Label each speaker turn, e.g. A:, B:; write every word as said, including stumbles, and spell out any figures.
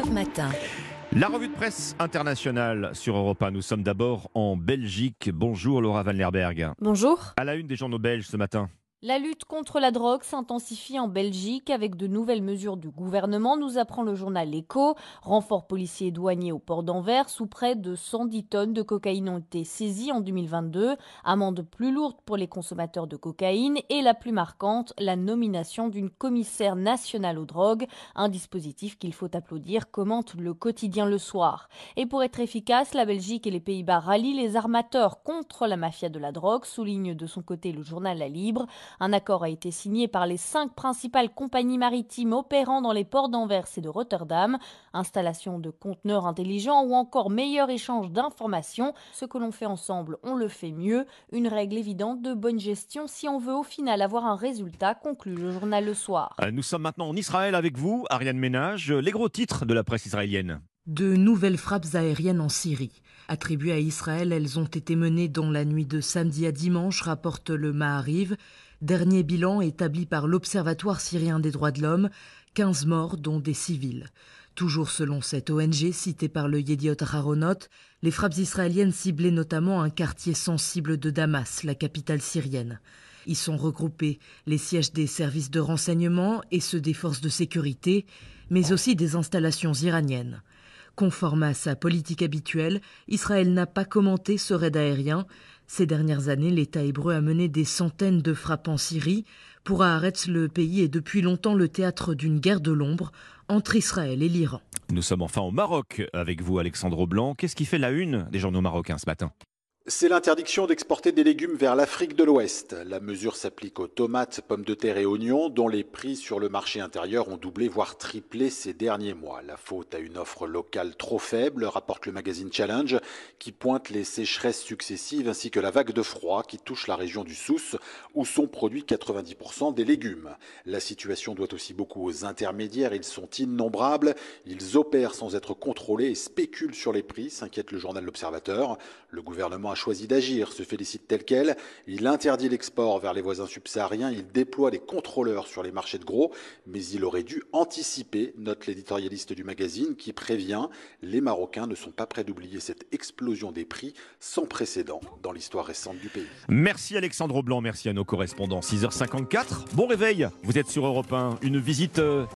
A: Europe Matin.
B: La revue de presse internationale sur Europe un. Nous sommes d'abord en Belgique. Bonjour Laura Van Lerberg.
C: Bonjour.
B: À la une des journaux belges ce matin.
C: La lutte contre la drogue s'intensifie en Belgique avec de nouvelles mesures du gouvernement, nous apprend le journal L'Echo. Renforts policiers et douaniers au port d'Anvers, où près de cent dix tonnes de cocaïne ont été saisies en deux mille vingt-deux. Amende plus lourde pour les consommateurs de cocaïne et la plus marquante, la nomination d'une commissaire nationale aux drogues, un dispositif qu'il faut applaudir, commente le quotidien Le Soir. Et pour être efficace, la Belgique et les Pays-Bas rallient les armateurs contre la mafia de la drogue, souligne de son côté le journal La Libre. Un accord a été signé par les cinq principales compagnies maritimes opérant dans les ports d'Anvers et de Rotterdam. Installation de conteneurs intelligents ou encore meilleur échange d'informations. Ce que l'on fait ensemble, on le fait mieux. Une règle évidente de bonne gestion si on veut au final avoir un résultat, conclut le journal Le Soir.
B: Nous sommes maintenant en Israël avec vous, Ariane Ménage. Les gros titres de la presse israélienne.
D: De nouvelles frappes aériennes en Syrie. Attribuées à Israël, elles ont été menées dans la nuit de samedi à dimanche, rapporte le Maariv. Dernier bilan établi par l'Observatoire syrien des droits de l'homme, quinze morts dont des civils. Toujours selon cette O N G citée par le Yediot Aharonot, les frappes israéliennes ciblaient notamment un quartier sensible de Damas, la capitale syrienne. Y sont regroupés les sièges des services de renseignement et ceux des forces de sécurité, mais aussi des installations iraniennes. Conforme à sa politique habituelle, Israël n'a pas commenté ce raid aérien. Ces dernières années, l'État hébreu a mené des centaines de frappes en Syrie. Pour Haaretz, le pays est depuis longtemps le théâtre d'une guerre de l'ombre entre Israël et l'Iran.
B: Nous sommes enfin au Maroc avec vous, Alexandre Blanc. Qu'est-ce qui fait la une des journaux marocains ce matin ?
E: C'est l'interdiction d'exporter des légumes vers l'Afrique de l'Ouest. La mesure s'applique aux tomates, pommes de terre et oignons, dont les prix sur le marché intérieur ont doublé, voire triplé ces derniers mois. La faute à une offre locale trop faible, rapporte le magazine Challenge, qui pointe les sécheresses successives ainsi que la vague de froid qui touche la région du Souss, où sont produits quatre-vingt-dix pour cent des légumes. La situation doit aussi beaucoup aux intermédiaires, ils sont innombrables, ils opèrent sans être contrôlés et spéculent sur les prix, s'inquiète le journal L'Observateur. Le gouvernement a choisi d'agir, se félicite tel quel. Il interdit l'export vers les voisins subsahariens, il déploie les contrôleurs sur les marchés de gros, mais il aurait dû anticiper, note l'éditorialiste du magazine qui prévient, les Marocains ne sont pas prêts d'oublier cette explosion des prix sans précédent dans l'histoire récente du pays.
B: Merci Alexandre Blanc, merci à nos correspondants. six heures cinquante-quatre, bon réveil, vous êtes sur Europe un, une visite